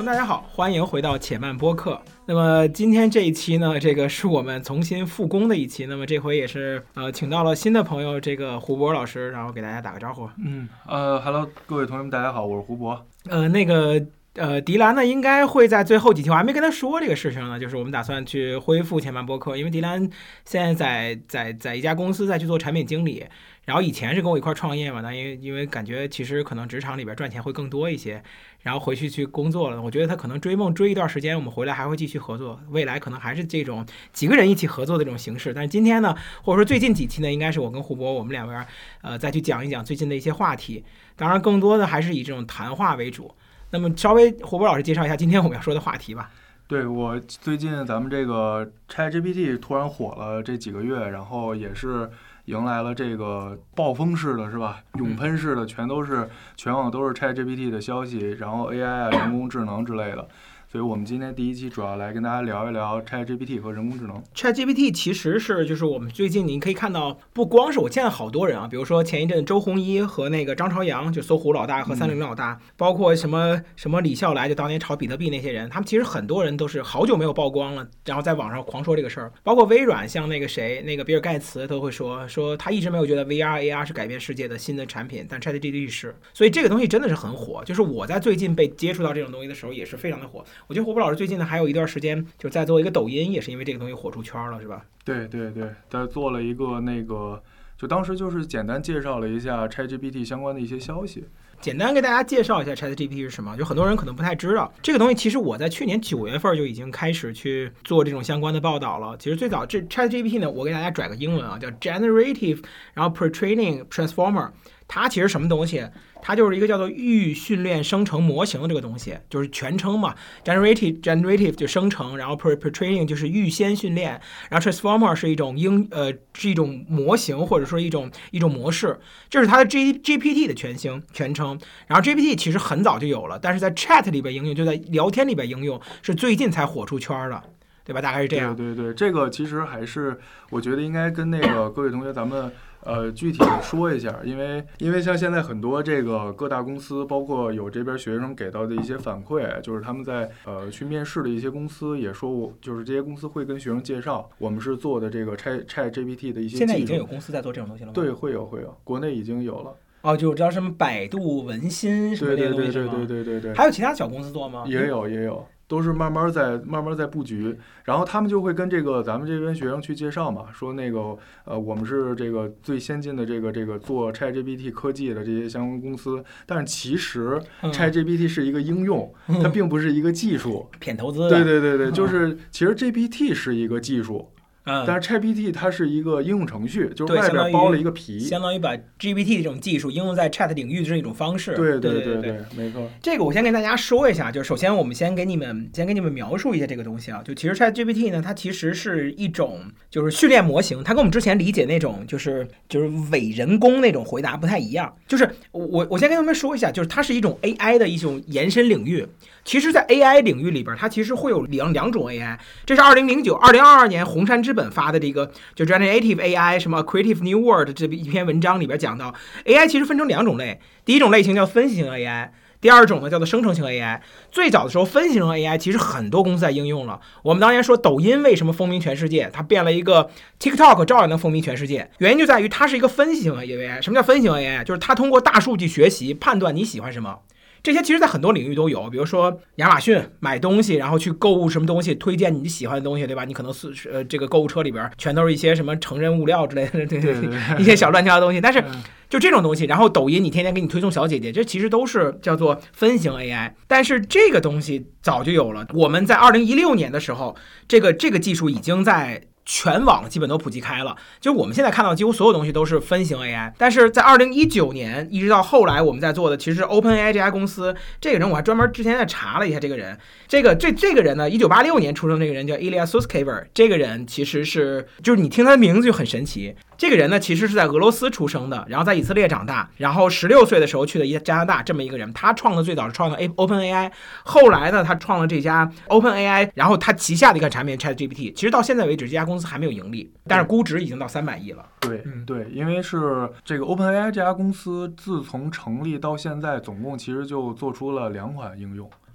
大家好，欢迎回到且慢播客。那么今天这一期呢，这个是我们重新复工的一期。那么这回也是请到了新的朋友，这个胡博老师，然后给大家打个招呼。 Hello， 各位同学们，大家好，我是胡博。 迪兰呢，应该会在最后几期，我还没跟他说这个事情呢，就是我们打算去恢复且慢播客，因为迪兰现在在一家公司再去做产品经理，然后以前是跟我一块创业嘛，那因为感觉其实可能职场里边赚钱会更多一些，然后回去工作了，我觉得他可能追梦追一段时间，我们回来还会继续合作，未来可能还是这种几个人一起合作的这种形式。但是今天呢，或者说最近几期呢，应该是我跟胡博我们两边再去讲一讲最近的一些话题，当然更多的还是以这种谈话为主。那么稍微胡博老师介绍一下今天我们要说的话题吧。 对，我最近咱们这个 ChatGPT 突然火了这几个月，然后也是迎来了这个暴风式的是吧，涌喷式的，全网都是 ChatGPT 的消息，然后 AI 啊、人工智能之类的。所以我们今天第一期主要来跟大家聊一聊 ChatGPT 和人工智能。 ChatGPT 其实是就是我们最近你可以看到，不光是我见了好多人啊，比如说前一阵周鸿祎和那个张朝阳，就搜狐老大和360老大，包括什么李笑来，就当年炒比特币那些人，他们其实很多人都是好久没有曝光了，然后在网上狂说这个事儿。包括微软，像那个谁，那个比尔盖茨都会说他一直没有觉得 VR、AR 是改变世界的新的产品，但 ChatGPT 是，所以这个东西真的是很火。就是我在最近被接触到这种东西的时候，也是非常的火。我觉得胡博老师最近呢还有一段时间就在做一个抖音，也是因为这个东西火出圈了，是吧？ 对，他做了一个那个，就当时就是简单介绍了一下 ChatGPT 相关的一些消息。 简单给大家介绍一下 ChatGPT 是什么，就很多人可能不太知道这个东西。其实我在去年9月份就已经开始去做这种相关的报道了。其实最早这 ChatGPT 呢，我给大家拽个英文啊，叫 Generative， 然后 Pre-training Transformer。它其实什么东西？它就是一个叫做预训练生成模型的这个东西，就是全称嘛。Generative 就生成，然后 Pre-training 就是预先训练，然后 Transformer 是一种模型或者说一种模式，这是它的 GPT 的全称。然后 GPT 其实很早就有了，但是在 Chat 里边应用，就在聊天里边应用，是最近才火出圈的。对吧？大概是这样。 对，这个其实还是我觉得应该跟那个各位同学咱们具体的说一下，因为像现在很多这个各大公司，包括有这边学生给到的一些反馈，就是他们在去面试的一些公司也说，就是这些公司会跟学生介绍我们是做的这个 ChatGPT 的一些技术。 现在已经有公司在做这种东西了吗？ 对，会有，国内已经有了。 哦，就知道什么百度文心什么那些东西是吗？ 对。 还有其他小公司做吗？ 也有。都是慢慢在布局，然后他们就会跟这个咱们这边学生去介绍嘛，说那个我们是这个最先进的这个做 ChatGPT 科技的这些相关公司，但是其实 ChatGPT 是一个应用，它并不是一个技术， 骗投资的。 对，就是其实 GPT 是一个技术。但是 ChatGPT 它是一个应用程序，就是外边包了一个皮， 相当于把 GPT 这种技术应用在 Chat 领域的这种方式。 对，没错。 这个我先跟大家说一下，就首先我们先给你们描述一下这个东西啊。就其实 ChatGPT 呢，它其实是一种就是训练模型，它跟我们之前理解那种就是伪人工那种回答不太一样。就是我先跟他们说一下，就是它是一种 AI 的一种延伸领域。其实，在 AI 领域里边，它其实会有两种 AI。这是2022年红杉之本发的这个就 Generative AI 什么 Creative New World 这一篇文章里边讲到 AI 其实分成两种类，第一种类型叫分析型 AI， 第二种呢叫做生成型 AI。 最早的时候分析型 AI 其实很多公司在应用了，我们当年说抖音为什么风靡全世界，它变了一个 TikTok 照样能风靡全世界，原因就在于它是一个分析型 AI。 什么叫分析型 AI？ 就是它通过大数据学习判断你喜欢什么。这些其实在很多领域都有，比如说亚马逊买东西，然后去购物什么东西，推荐你喜欢的东西，对吧？你可能是这个购物车里边全都是一些什么成人物料之类的，对，一些小乱七八糟的东西。但是就这种东西，然后抖音你天天给你推送小姐姐，这其实都是叫做分型 AI。但是这个东西早就有了，我们在2016年的时候，这个技术已经在全网基本都普及开了，就是我们现在看到几乎所有东西都是分型 AI。但是在2019年一直到后来我们在做的其实是 OpenAI 这家公司。这个人我还专门之前在查了一下，这个人这个人呢，1986年出生，这个人叫 Ilya Sutskever。 这个人其实是就是你听他的名字就很神奇，这个人呢其实是在俄罗斯出生的，然后在以色列长大，然后16岁的时候去了加拿大，这么一个人。他最早是创的 OpenAI， 后来呢他创了这家 OpenAI， 然后他旗下的一个产品 ChatGPT， 其实到现在为止这家公司还没有盈利，但是估值已经到300亿了。 对，因为是这个 OpenAI 这家公司自从成立到现在总共其实就做出了2款应用。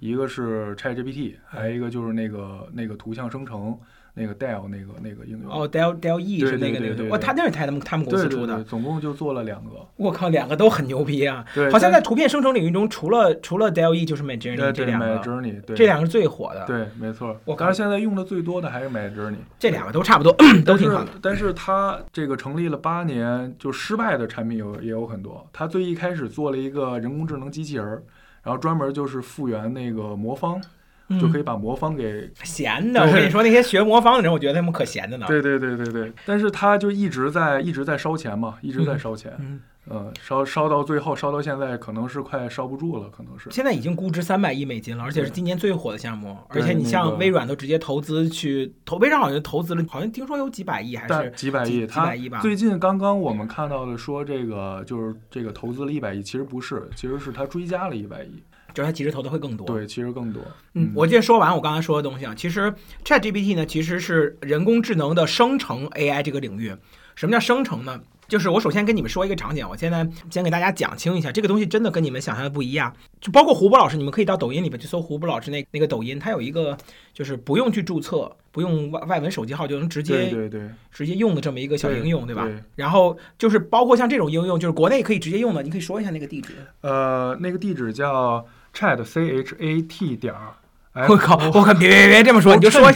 一个是 ChatGPT， 还有一个就是那个图像生成。那个 Dell 那个应用 Dell-E 是那个，哇，他那是他们公司出的， 对，总共就做了2个。 我靠，2个都很牛逼啊！ 对， 好像在图片生成领域中，除了 Dell-E 就是 Midjourney 这两个， Midjourney 这2个是最火的。 对，没错。当然现在用的最多的还是 Midjourney， 这2个都差不多，都挺好的。 但是它这个成立了8年，就失败的产品也有很多。它最一开始做了一个人工智能机器人，然后专门就是复原那个魔方。就可以把魔方给闲的，我跟你说，那些学魔方的人，我觉得他们可闲的呢。 对，但是他就一直在烧钱嘛，一直在烧钱，烧到最后，烧到现在可能是快烧不住了，可能是。 现在已经估值300亿美金了，而且是今年最火的项目。而且你像微软都直接投资去微软好像投资了，好像听说有几百亿还是几百亿吧。最近刚刚我们看到的说这个就是这个投资了100亿，其实不是，其实是他追加了100亿。 就是它其实投的会更多， 对，其实更多。 我接着说完我刚才说的东西啊，其实 ChatGPT 呢，其实是人工智能的生成 AI 这个领域。什么叫生成呢？就是我首先跟你们说一个场景，我现在先给大家讲清一下，这个东西真的跟你们想象的不一样。就包括胡波老师，你们可以到抖音里面去搜胡波老师那个抖音，它有一个就是不用去注册，不用外文手机号就能直接用的这么一个小应用，对吧？然后就是包括像这种应用，就是国内可以直接用的，你可以说一下那个地址。 那个地址叫 chat 点。 我靠！别这么说，你就说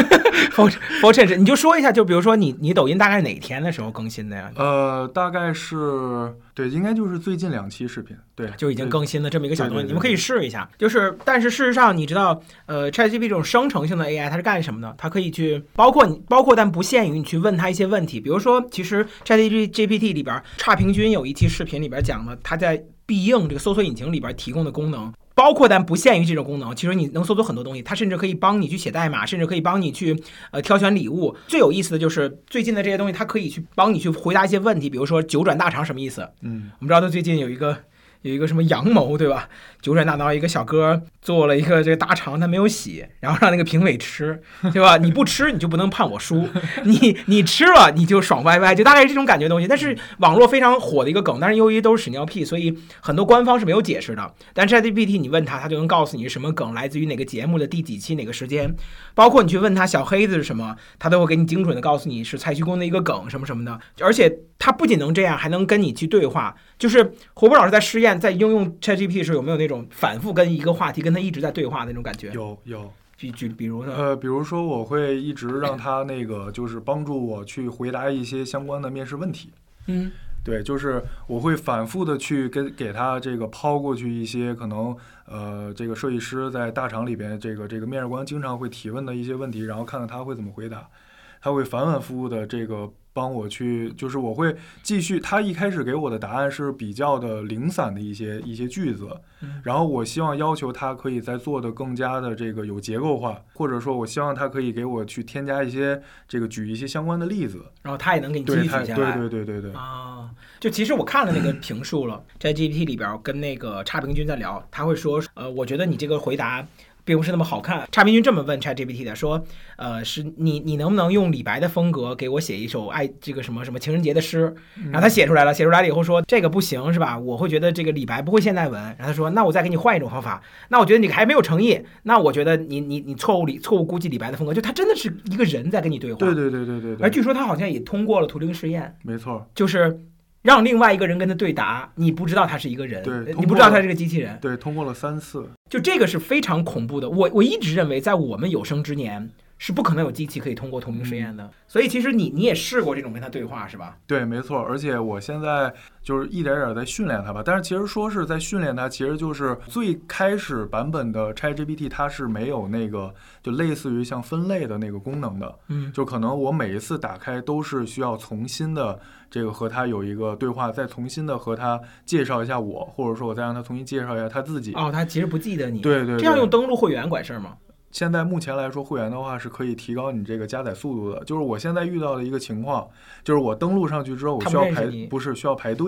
，Fortune，你就说一下，就比如说你抖音大概是哪天的时候更新的呀？ 大概是对，应该就是最近2期视频，对， 就已经更新了这么一个小东西，你们可以试一下。就是，但是事实上，你知道，ChatGPT 这种生成性的 AI 它是干什么的？它可以去包括但不限于你去问它一些问题，比如说，其实 ChatGPT 里边差评君有一期视频里边讲了，它在必应这个搜索引擎里边提供的功能。包括但不限于这种功能，其实你能搜索很多东西，它甚至可以帮你去写代码，甚至可以帮你去挑选礼物。最有意思的就是最近的这些东西，它可以去帮你去回答一些问题，比如说九转大肠什么意思？我们知道它最近有一个什么阳谋，对吧？九转大肠一个小哥做了一个这个大肠，他没有洗，然后让那个评委吃，对吧？你不吃你就不能判我输，你吃了你就爽歪歪，就大概是这种感觉的东西。但是网络非常火的一个梗，但是由于都是屎尿屁，所以很多官方是没有解释的。但是 ChatGPT 你问他就能告诉你是什么梗，来自于哪个节目的第几期哪个时间，包括你去问他小黑子是什么，他都会给你精准的告诉你是蔡徐坤的一个梗什么什么的。而且他不仅能这样，还能跟你去对话。就是胡波老师在实验在应用 ChatGPT 的时候，有没有那种反复跟一个话题跟他一直在对话的那种感觉？ 有。 比如呢？ 比如说我会一直让他那个就是帮助我去回答一些相关的面试问题。对，就是我会反复的去给他这个抛过去一些可能这个设计师在大厂里边这个面试官经常会提问的一些问题，然后看看他会怎么回答。他会反反复复的这个帮我去，就是我会继续。他一开始给我的答案是比较的零散的一些句子，然后我希望要求他可以再做的更加的这个有结构化，或者说我希望他可以给我去添加一些这个举一些相关的例子， 然后他也能给你继续举下来。 对啊，就其实我看了那个评述了，在 GPT 里边跟那个差评君在聊，他会说，我觉得你这个回答并不是那么好看。差评君这么问 ChatGPT 的，说，是你能不能用李白的风格给我写一首这个什么什么情人节的诗？然后他写出来了以后说这个不行是吧？我会觉得这个李白不会现代文。然后他说那我再给你换一种方法，那我觉得你还没有诚意，那我觉得你错误估计李白的风格，就他真的是一个人在跟你对话。 对。 而据说他好像也通过了图灵实验， 没错， 就是让另外一个人跟他对答，你不知道他是一个人，你不知道他是个机器人。 对，通过了3次。 就这个是非常恐怖的。我一直认为，在我们有生之年是不可能有机器可以通过图灵实验的。所以其实你也试过这种跟他对话是吧？ 对，没错。而且我现在就是一点点在训练它吧。但是其实说是在训练它，其实就是最开始版本的 ChatGPT 它是没有那个就类似于像分类的那个功能的。就可能我每一次打开都是需要重新的这个和他有一个对话，再重新的和他介绍一下我，或者说我再让他重新介绍一下他自己。 他其实不记得你。 对。 这样用登录会员管事吗？ 现在目前来说，会员的话是可以提高你这个加载速度的。就是我现在遇到的一个情况，就是我登录上去之后，我需要排队。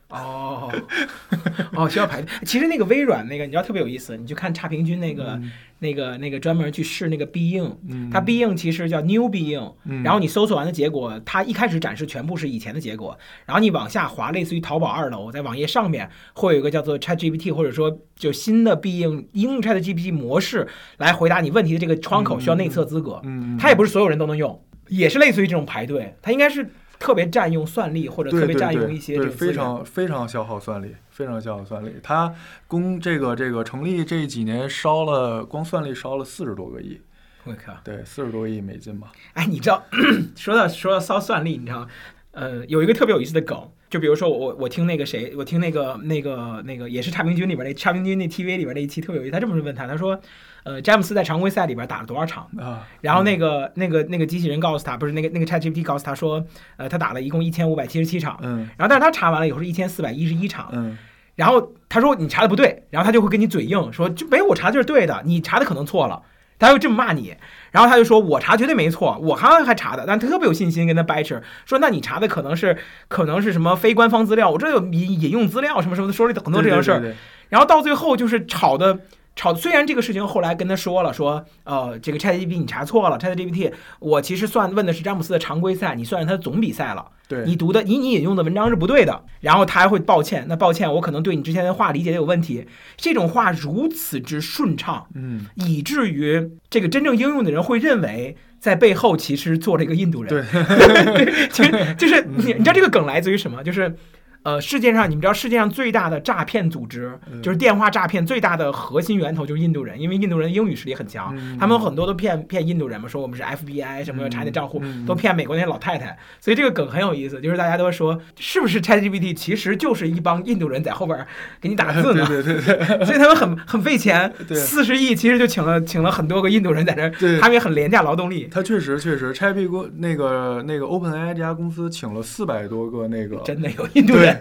需要排队。其实那个微软那个，你知道特别有意思，你就看差评君那个专门去试那个必应，它必应其实叫 New 必应，然后你搜索完的结果，它一开始展示全部是以前的结果，然后你往下滑，类似于淘宝2楼，在网页上面会有一个叫做 ChatGPT 或者说就新的必应应用 ChatGPT 模式来回答你问题的这个窗口需要内测资格，它也不是所有人都能用，也是类似于这种排队，它应该是特别占用算力，或者特别占用一些这个非常消耗算力，非常消耗算力。它这个成立这几年光算力烧了40多个亿。 我靠， 对，40多亿美金吧。 哎，你知道说到烧算力，你知道有一个特别有意思的梗，就比如说我听那个谁，我听那个也是差评君里边差评君那 TV 里边那一期特别有意思，他这么问他说詹姆斯在常规赛里边打了多少场啊？然后那个机器人告诉他，不是那个 ChatGPT 告诉他说，他打了一共1577场，然后但是他查完了以后是1411场，然后他说你查的不对，然后他就会跟你嘴硬说就没有，我查的就是对的，你查的可能错了。他会这么骂你，然后他就说我查绝对没错，我还查的，但他特别有信心跟他掰扯说那你查的可能是什么非官方资料，我这有引用资料什么什么的，说了很多这样的事儿，然后到最后就是吵的，虽然这个事情后来跟他说了，说这个 ChatGPT 你查错了 ，ChatGPT 我其实问的是詹姆斯的常规赛，你算是他的总比赛了，对，你读的你引用的文章是不对的，然后他还会抱歉，那抱歉我可能对你之前的话理解的有问题，这种话如此之顺畅，以至于这个真正应用的人会认为在背后其实做了一个印度人，对，就是你知道这个梗来自于什么？就是世界上你们知道世界上最大的诈骗组织，就是电话诈骗最大的核心源头就是印度人，因为印度人英语实力很强，他们很多都骗印度人嘛，说我们是 FBI 什么要查你的账户，都骗美国那些老太太，所以这个梗很有意思，就是大家都说是不是 ChatGPT 其实就是一帮印度人在后边给你打字呢， 对， 所以他们很费钱，40亿其实就请了很多个印度人在这，他们也很廉价劳动力。 他确实 ChatGPT 那个 OpenAI 这家公司请了400多个那个真的有印度人。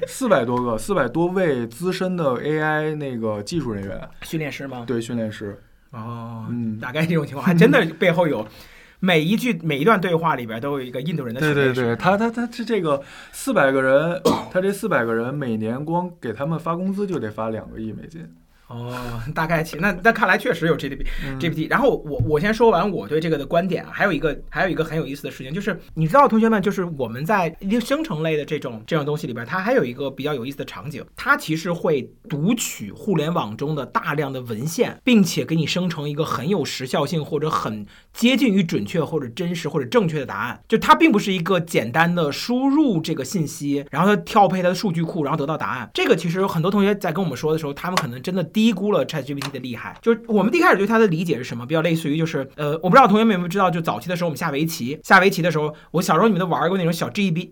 400多位资深的 AI 那个技术人员， 训练师吗？ 对，训练师。 大概这种情况，还真的背后有每一段对话里边都有一个印度人的训练师。 对，他这个400个人，他这400个人每年光给他们发工资就得发2个亿美金。 大概那看来确实有 GPT。然后我先说完我对这个的观点啊，还有一个很有意思的事情，就是你知道同学们，就是我们在生成类的这种东西里边，它还有一个比较有意思的场景，它其实会读取互联网中的大量的文献，并且给你生成一个很有时效性或者很接近于准确或者真实或者正确的答案。就它并不是一个简单的输入这个信息，然后它调配它的数据库，然后得到答案。这个其实有很多同学在跟我们说的时候，他们可能真的低估了 ChatGPT 的厉害。就是我们一开始对它的理解是什么？比较类似于就是我不知道同学们有没有知道，就早期的时候我们下围棋的时候，我小时候你们都玩过那种小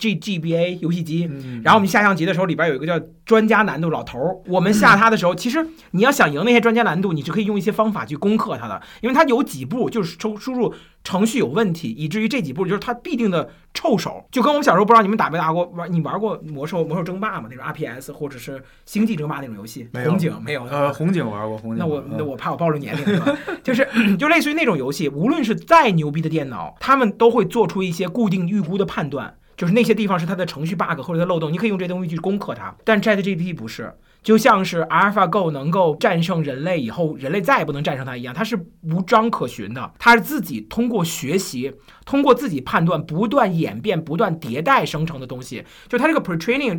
GBA 游戏机，然后我们下象棋的时候里边有一个叫专家难度老头，我们下他的时候，其实你要想赢那些专家难度，你是可以用一些方法去攻克他的，因为他有几步就是输入程序有问题，以至于这几步就是他必定的臭手。就跟我们小时候不知道你们打没打过你玩过魔兽争霸吗？那种 RPS 或者是星际争霸那种游戏？红警没有？ 红警玩过，红警。 那我怕我暴露年龄是吧？就类似于那种游戏，无论是再牛逼的电脑，他们都会做出一些固定预估的判断，就是那些地方是它的程序 bug 或者它漏洞，你可以用这东西去攻克它。但 ChatGPT 不是。就像是 AlphaGo 能够战胜人类以后，人类再也不能战胜它一样，它是无章可循的，它是自己通过学习，通过自己判断，不断演变、不断迭代生成的东西。就它这个 pre-training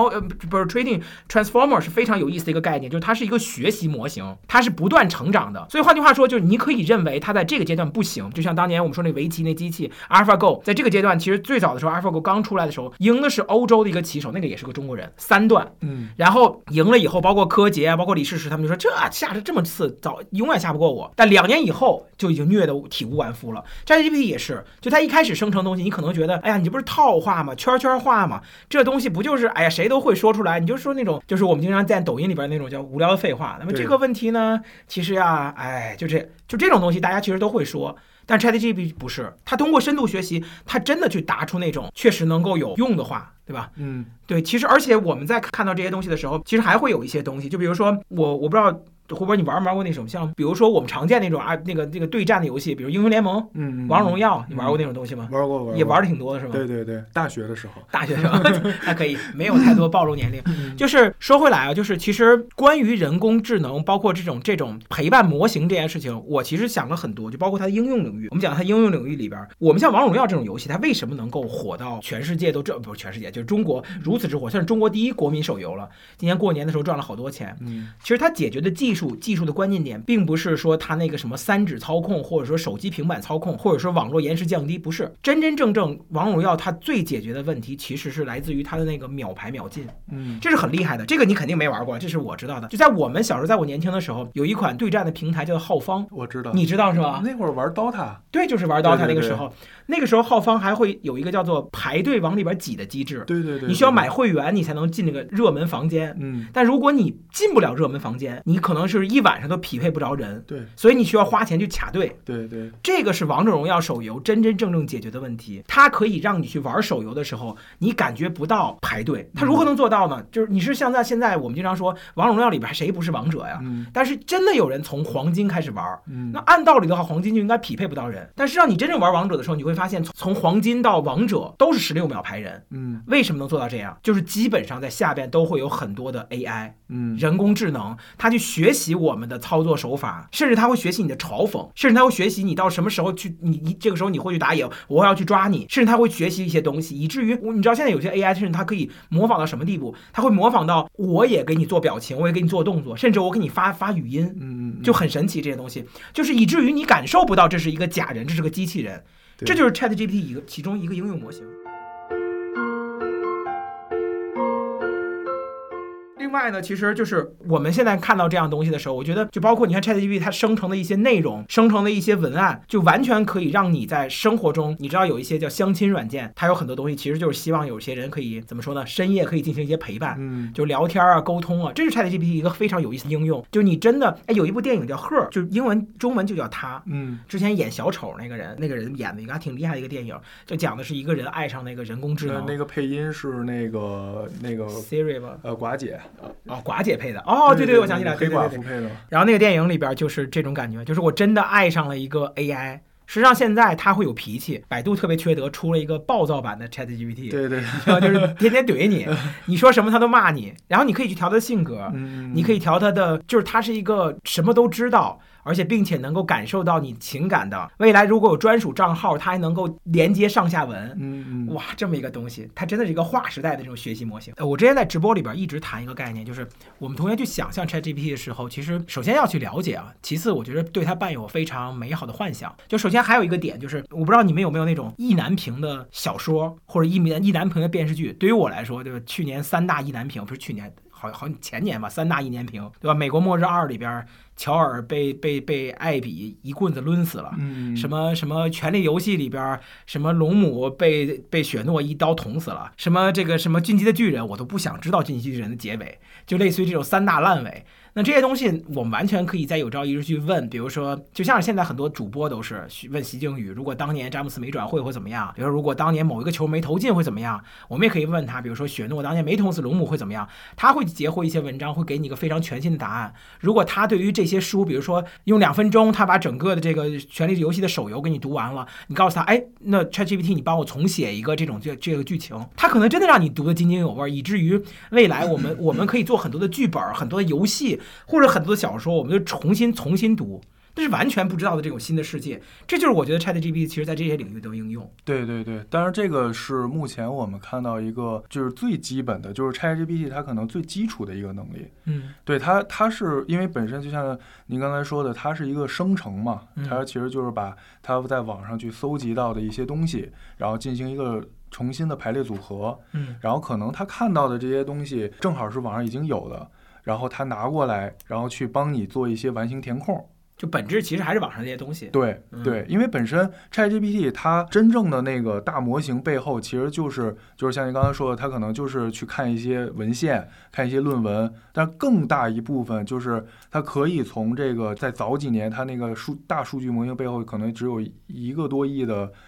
transformer 是非常有意思的一个概念，就是它是一个学习模型，它是不断成长的。所以换句话说，就是你可以认为它在这个阶段不行，就像当年我们说那围棋那机器 AlphaGo， 在这个阶段其实最早的时候 AlphaGo 刚出来的时候，赢的是欧洲的一个棋手，那个也是个中国人，3段，然后赢了以后，包括柯洁啊，包括李世石，他们就说这下着这么次早永远下不过我。但2年以后就已经虐得体无完肤了。ChatGPT 也是，就他一开始生成东西，你可能觉得，哎呀，你这不是套话吗？圈话吗？这东西不就是，哎呀，谁都会说出来？你就说那种，就是我们经常在抖音里边那种叫无聊的废话。那么这个问题呢，其实呀，哎，就这种东西，大家其实都会说。但 ChatGPT 不是，它通过深度学习，它真的去答出那种确实能够有用的话，对吧？对，其实而且我们在看到这些东西的时候，其实还会有一些东西，就比如说我不知道胡博你玩没玩过那种像比如说我们常见那种那个对战的游戏，比如英雄联盟、王者荣耀，你玩过那种东西吗？ 玩过， 也玩的挺多的是吗？ 对对对，大学的时候还可以，没有太多暴露年龄。就是说回来啊，就是其实关于人工智能，包括这种陪伴模型这件事情，我其实想了很多，就包括它的应用领域。我们讲它应用领域里边，我们像王者荣耀这种游戏，它为什么能够火到全世界都不是全世界，就是中国如此之火，算是中国第一国民手游了。今年过年的时候赚了好多钱。其实它解决的技术的关键点，并不是说它那个什么3指操控，或者说手机平板操控，或者说网络延时降低，不是。真正王者荣耀它最解决的问题，其实是来自于它的那个秒排秒进。这是很厉害的。这个你肯定没玩过，这是我知道的。就在我们小时候，在我年轻的时候，有一款对战的平台叫做浩方， 我知道， 你知道是吧？ 那会儿玩 DOTA， 对，就是玩 DOTA 那个时候。 对对对， 那个时候浩方还会有一个叫做排队往里边挤的机制。 对对 对， 你需要买会员，你才能进那个热门房间。但如果你进不了热门房间，你可能是一晚上都匹配不着人。 对， 所以你需要花钱去卡队。 对对， 这个是王者荣耀手游真正解决的问题。它可以让你去玩手游的时候，你感觉不到排队。它如何能做到呢？就是你是像现在我们经常说王者荣耀里边谁不是王者呀？但是真的有人从黄金开始玩。那按道理的话，黄金就应该匹配不到人。但是让你真正玩王者的时候，你会发现从黄金到王者都是16秒排人。为什么能做到这样？就是基本上在下边都会有很多的 AI，人工智能，它去学习我们的操作手法，甚至它会学习你的嘲讽，甚至它会学习你到什么时候去，你这个时候你会去打野，我要去抓你，甚至它会学习一些东西，以至于你知道现在有些 AI 甚至它可以模仿到什么地步？它会模仿到我也给你做表情，我也给你做动作，甚至我给你发语音，就很神奇。这些东西就是以至于你感受不到这是一个假人，这是个机器人。这就是 ChatGPT 其中一个应用模型。另外呢，其实就是我们现在看到这样东西的时候，我觉得就包括你看 ChatGPT 它生成的一些内容，生成的一些文案，就完全可以让你在生活中，你知道有一些叫相亲软件，它有很多东西其实就是希望有些人可以怎么说呢，深夜可以进行一些陪伴，就聊天啊、沟通啊，这是 ChatGPT 一个非常有意思的应用。就你真的有一部电影叫 Her， 就中文就叫他，之前演小丑那个人演的一个还挺厉害的一个电影，就讲的是一个人爱上那个人工智能， 那个配音是那个 Siri 吧， 寡姐。 寡姐配的哦，对，我想起来， 黑寡妇配的。 然后那个电影里边就是这种感觉，就是我真的爱上了一个 AI。实际上现在它会有脾气，百度特别缺德，出了一个暴躁版的 ChatGPT， 对， 就是天天怼你，你说什么它都骂你，然后你可以去调它的性格，你可以调它的，就是它是一个什么都知道。而且并且能够感受到你情感的，未来如果有专属账号，它还能够连接上下文，哇，这么一个东西，它真的是一个划时代的这种学习模型。我之前在直播里边一直谈一个概念，就是我们同学去想象 ChatGPT 的时候，其实首先要去了解啊，其次我觉得对它伴有非常美好的幻想。就首先还有一个点就是，我不知道你们有没有那种意难平的小说或者意难平的电视剧。对于我来说，对吧？去年3大意难平，不是去年，好前年吧，3大意难平，对吧？美国末日2里边。乔尔被艾比一棍子抡死了，什么权力游戏里边，什么龙母被雪诺一刀捅死了，什么进击的巨人，我都不想知道进击的巨人的结尾，就类似于这种3大烂尾。那这些东西我们完全可以在有朝一日去问，比如说就像现在很多主播都是问习静宇，如果当年詹姆斯没转会会怎么样，比如说如果当年某一个球没投进会怎么样，我们也可以问他，比如说雪诺当年没捅死龙母会怎么样，他会截获一些文章，会给你一个非常全新的答案。如果他对于这些书，比如说用2分钟他把整个的这个权力游戏的手游给你读完了，你告诉他，那 ChatGPT 你帮我重写一个这个剧情，他可能真的让你读得津津有味，以至于未来我们可以做很多的剧本，很多的游戏或者很多的小说，我们就重新读，这是完全不知道的这种新的世界。这就是我觉得 ChatGPT 其实在这些领域都应用。 对，当然这个是目前我们看到一个就是最基本的，就是 ChatGPT 它可能最基础的一个能力。对，它是因为本身就像您刚才说的，它是一个生成嘛，它其实就是把它在网上去搜集到的一些东西，然后进行一个重新的排列组合，然后可能他看到的这些东西正好是网上已经有的，然后他拿过来，然后去帮你做一些完形填空。 就本质其实还是网上这些东西。 对，因为本身 ChatGPT 它真正的那个大模型背后，其实就是像你刚才说的，它可能就是去看一些文献，看一些论文，但更大一部分就是它可以从这个在早几年它那个大数据模型背后可能只有1个多亿的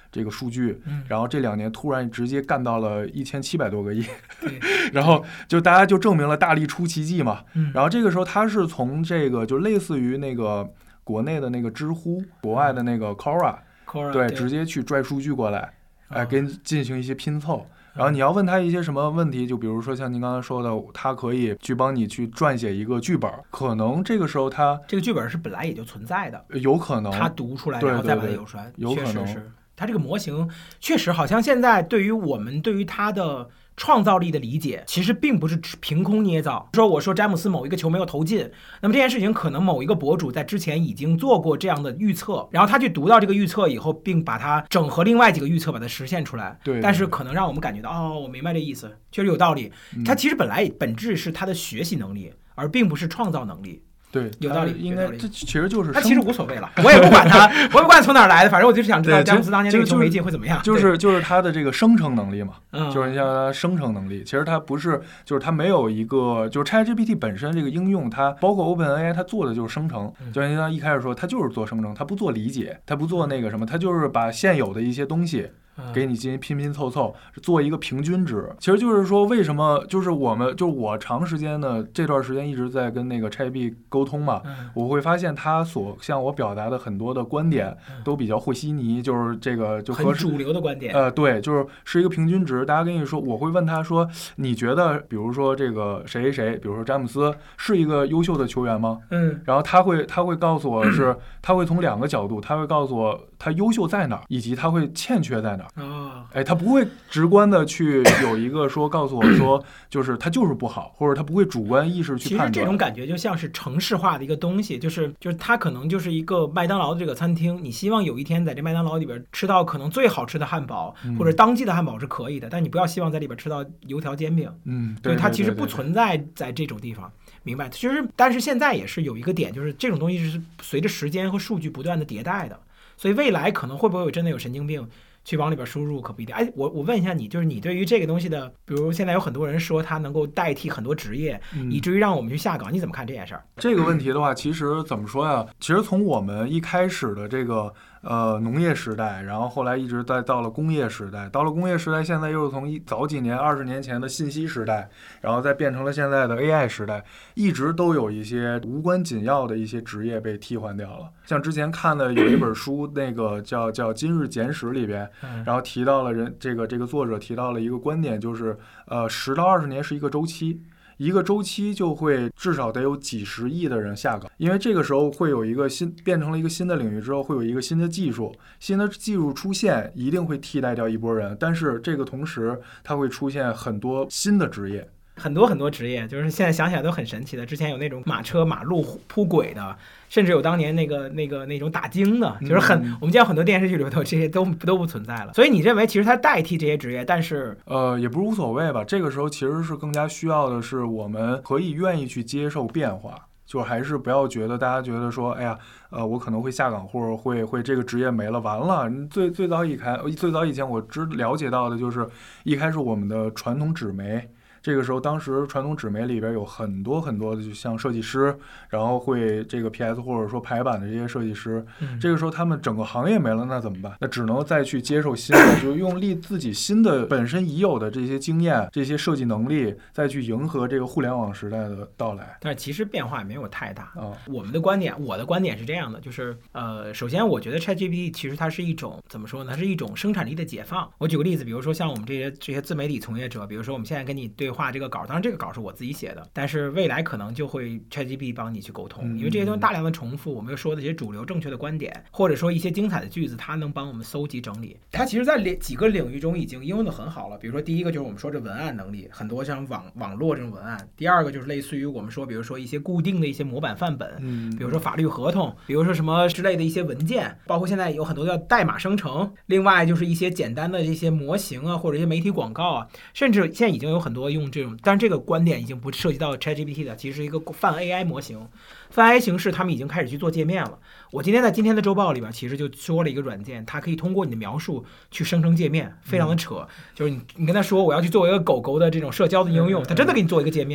这个数据， 嗯， 然后这2年突然直接干到了1700多个亿，然后就大家就证明了大力出奇迹嘛。然后这个时候他是从这个就类似于那个国内的那个知乎，国外的那个 Quora， 对，直接去拽数据过来，给你进行一些拼凑。然后你要问他一些什么问题，就比如说像您刚才说的，他可以去帮你去撰写一个剧本，可能这个时候他这个剧本是本来也就存在的， 有可能他读出来对然后再把它有出来， 有可能是他这个模型确实好像现在对于我们对于他的创造力的理解，其实并不是凭空捏造。我说詹姆斯某一个球没有投进，那么这件事情可能某一个博主在之前已经做过这样的预测，然后他去读到这个预测以后，并把它整合另外几个预测把它实现出来。 对， 但是可能让我们感觉到，我明白这意思，确实有道理。他其实本质是他的学习能力，而并不是创造能力。 对， 有道理， 应该这其实就是他其实无所谓了，我也不管他，我也不管从哪儿来的，反正我就是想知道詹姆斯当年这个球没进会怎么样。 就是他的这个生成能力嘛，就是像他生成能力，其实他不是，就是他没有一个，就是 ChatGPT 本身这个应用，它包括 OpenAI 它做的就是生成，就像他一开始说，他就是做生成，他不做理解，他不做那个什么，他就是把现有的一些东西给你进行拼拼凑凑，做一个平均值。其实就是说，为什么就是我长时间呢这段时间一直在跟那个 ChatGPT 沟通嘛，我会发现他所向我表达的很多的观点都比较和稀泥，就是这个就很主流的观点。 对，就是一个平均值。大家跟你说，我会问他说，你觉得比如说这个谁，比如说詹姆斯是一个优秀的球员吗？然后他会告诉我是，他会从2个角度，他会告诉我他优秀在哪儿，以及他会欠缺在哪儿。他不会直观的去有一个说告诉我说，就是他就是不好，或者他不会主观意识去判断。 其实这种感觉就像是程式化的一个东西，就是它可能就是一个麦当劳的这个餐厅，你希望有一天在这麦当劳里边吃到可能最好吃的汉堡，或者当季的汉堡是可以的，但你不要希望在里边吃到油条煎饼。 对， 它其实不存在在这种地方，明白？其实，但是现在也是有一个点，就是这种东西是随着时间和数据不断的迭代的，所以未来可能会不会真的有神经病去往里边输入可不一定。我问一下你，就是你对于这个东西的，比如现在有很多人说它能够代替很多职业，以至于让我们去下岗，你怎么看这件事儿？ 这个问题的话，其实怎么说呀？其实从我们一开始的这个农业时代，然后后来一直到了工业时代，到了工业时代，现在又是从早几年20年前的信息时代，然后再变成了现在的 AI 时代，一直都有一些无关紧要的一些职业被替换掉了。像之前看的有一本书，那个叫《今日简史》里边，然后提到了这个作者提到了一个观点，就是10到20年是一个周期。一个周期就会至少得有几十亿的人下岗，因为这个时候会有一个变成了一个新的领域之后，会有一个新的技术出现，一定会替代掉一波人，但是这个同时它会出现很多新的职业。 很多职业，就是现在想起来都很神奇的。之前有那种马车马路铺轨的，甚至有当年那种打更的，就是我们见很多电视剧里头这些都不存在了。所以你认为其实它代替这些职业，但是也不是无所谓吧。这个时候其实是更加需要的是我们可以愿意去接受变化，就还是不要觉得大家觉得说，哎呀，我可能会下岗，或者会这个职业没了，完了。最早以前我了解到的就是一开始我们的传统纸媒。这个时候，当时传统纸媒里边有很多的，就像设计师，然后会这个 PS 或者说排版的这些设计师，这个时候他们整个行业没了，那怎么办？那只能再去接受新的，就用自己新的本身已有的这些经验、这些设计能力，再去迎合这个互联网时代的到来。 但是其实变化也没有太大。我的观点是这样的，就是首先我觉得 ChatGPT 其实它是一种怎么说呢？它是一种生产力的解放。我举个例子，比如说像我们这些自媒体从业者，比如说我们现在跟你对话这个稿，当然这个稿是我自己写的，但是未来可能就会 ChatGPT 帮你去沟通，因为这些东西大量的重复，我们又说的这些主流正确的观点，或者说一些精彩的句子，它能帮我们搜集整理。它其实在几个领域中已经应用的很好了。比如说第一个就是我们说这文案能力，很多像网络这种文案；第二个就是类似于我们说，比如说一些固定的一些模板范本，比如说法律合同，比如说什么之类的一些文件，包括现在有很多叫代码生成。另外就是一些简单的这些模型啊，或者一些媒体广告啊，甚至现在已经有很多用这种。但是这个观点已经不涉及到 ChatGPT 的，其实是一个泛 AI 模型，泛 AI 形式他们已经开始去做界面了。我今天在今天的周报里边其实就说了一个软件，它可以通过你的描述去生成界面，非常的扯。就是你跟他说我要去做一个狗狗的这种社交的应用，它真的给你做一个界面。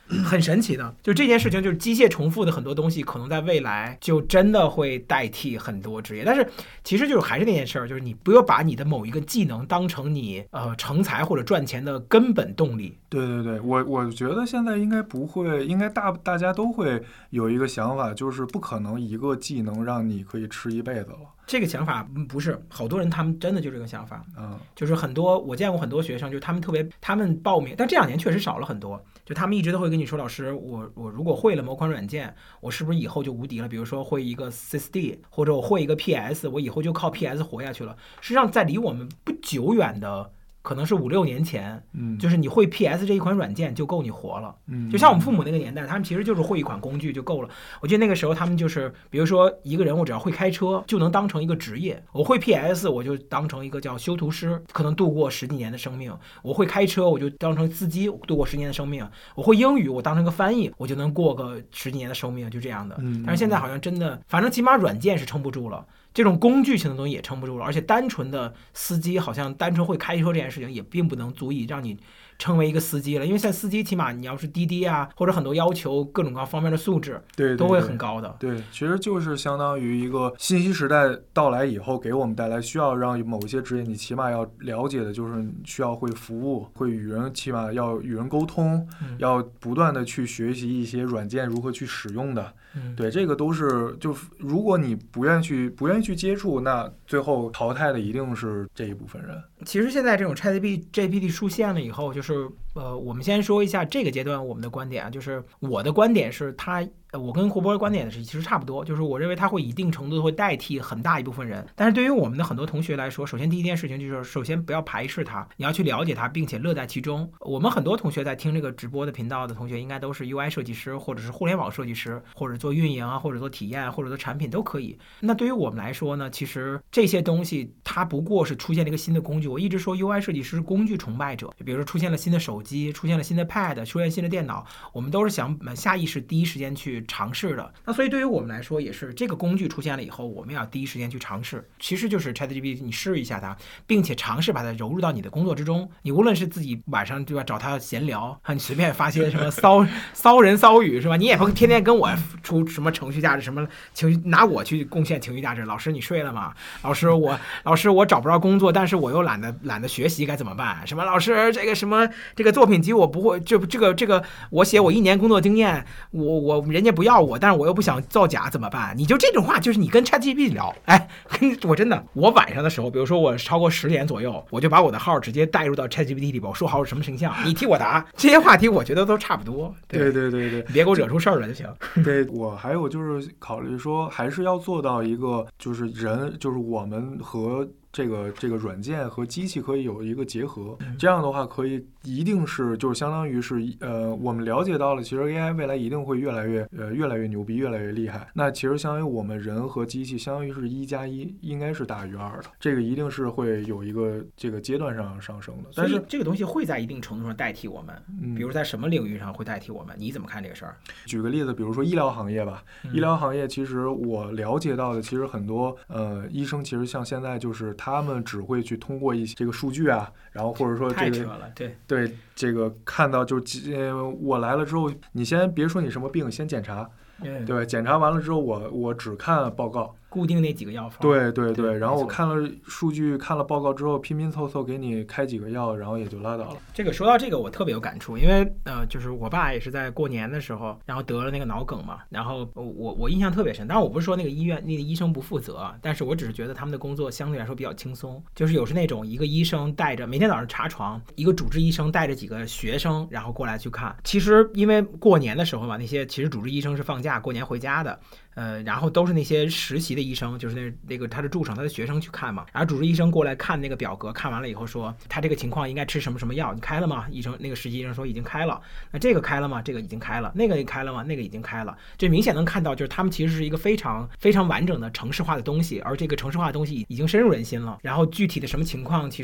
很神奇的。就这件事情，就是机械重复的很多东西，可能在未来就真的会代替很多职业。但是其实就是还是那件事儿，就是你不要把你的某一个技能当成你成才或者赚钱的根本动力。 对对对，我觉得现在应该不会，应该大家都会有一个想法，就是不可能一个技能让你可以吃一辈子了。 这个想法不是好多人，他们真的就这个想法，就是很多我见过很多学生，就是他们报名，但这2年确实少了很多，就他们一直都会跟你说，老师，我如果会了某款软件，我是不是以后就无敌了？比如说会一个 SysD， 或者我会一个 PS， 我以后就靠 PS 活下去了。实际上，在离我们不久远的。可能是5、6年前，就是你会 PS 这一款软件就够你活了。就像我们父母那个年代，他们其实就是会一款工具就够了。我记得那个时候他们就是，比如说一个人，我只要会开车就能当成一个职业。我会 PS， 我就当成一个叫修图师，可能度过10几年的生命。我会开车，我就当成司机，度过10年的生命。我会英语，我当成个翻译，我就能过个10几年的生命，就这样的。但是现在好像真的，反正起码软件是撑不住了。这种工具性的东西也撑不住了，而且单纯的司机好像单纯会开车这件事情也并不能足以让你成为一个司机了，因为现在司机起码你要是滴滴啊，或者很多要求各种各方面的素质， 对， 都会很高的。 对，其实就是相当于一个信息时代到来以后，给我们带来需要让某一些职业你起码要了解的，就是需要会服务，会与人，起码要与人沟通，要不断的去学习一些软件如何去使用的。对，这个都是就如果你不愿意去接触，那最后淘汰的一定是这一部分人。 其实现在这种 ChatGPT 出现了以后，就是我们先说一下这个阶段我们的观点啊，就是我的观点是我跟胡博的观点其实差不多，就是我认为它会一定程度会代替很大一部分人。但是对于我们的很多同学来说，首先第一件事情就是首先不要排斥它，你要去了解它，并且乐在其中。我们很多同学在听这个直播的频道的同学，应该都是 UI 设计师，或者是互联网设计师，或者做运营啊，或者做体验，或者做产品都可以。那对于我们来说呢，其实这些东西它不过是出现了一个新的工具。我一直说 UI 设计师是工具崇拜者，比如说出现了新的手机，出现了新的 Pad， 出现新的电脑，我们都是想下意识第一时间去尝试的。那所以对于我们来说也是，这个工具出现了以后，我们要第一时间去尝试。其实就是 ChatGPT， 你试一下它，并且尝试把它揉入到你的工作之中。你无论是自己晚上对吧找他闲聊，你随便发些什么骚人骚语是吧？你也不天天跟我出什么程序价值，什么情绪拿我去贡献情绪价值。老师你睡了吗？老师我找不着工作，但是我又懒得学习，该怎么办？什么老师这个什么这个作品集我不会，这个我写我1年工作经验，我人家不要我，但是我又不想造假怎么办？你就这种话，就是你跟 ChatGPT 聊，我真的，我晚上的时候，比如说我超过10点左右，我就把我的号直接带入到 ChatGPT 里边，我说好什么形象，你替我答。这些话题我觉得都差不多。对，别给我惹出事儿来就行。 对，我还有就是考虑说，还是要做到一个，就是就是我们和这个软件和机器可以有一个结合，这样的话可以一定是就是相当于是我们了解到了，其实 AI 未来一定会越来越牛逼，越来越厉害。那其实相当于我们人和机器相当于是1+1，应该是大于2的，这个一定是会有一个这个阶段上升的。但是这个东西会在一定程度上代替我们，比如在什么领域上会代替我们？你怎么看这个事儿？ 举个例子，比如说医疗行业吧，医疗行业其实我了解到的，其实很多医生其实像现在就是他们只会去通过一些这个数据啊，然后或者说这个太扯了， 对这个看到就是我来了之后，你先别说你什么病，先检查，对，检查完了之后我只看报告。 固定那几个药方， 对，然后我看了数据，看了报告之后，拼凑给你开几个药，然后也就拉倒了。 这个说到这个，我特别有感触，因为就是我爸也是在过年的时候，然后得了那个脑梗嘛，然后我印象特别深。当然我不是说那个医院那个医生不负责，但是我只是觉得他们的工作相对来说比较轻松，就是有时那种一个医生带着每天早上查床，一个主治医生带着几个学生，然后过来去看。其实因为过年的时候嘛，那些其实主治医生是放假过年回家的。然后都是那些实习的医生，就是那个他的助手，他的学生去看嘛。然后主治医生过来看那个表格，看完了以后说他这个情况应该吃什么什么药，你开了吗？医生那个实习医生说已经开了。那这个开了吗？这个已经开了。那个开了吗？那个已经开了。这明显能看到，就是他们其实是一个非常非常完整的程式化的东西，而这个程式化的东西已经深入人心了。然后具体的什么情况，其实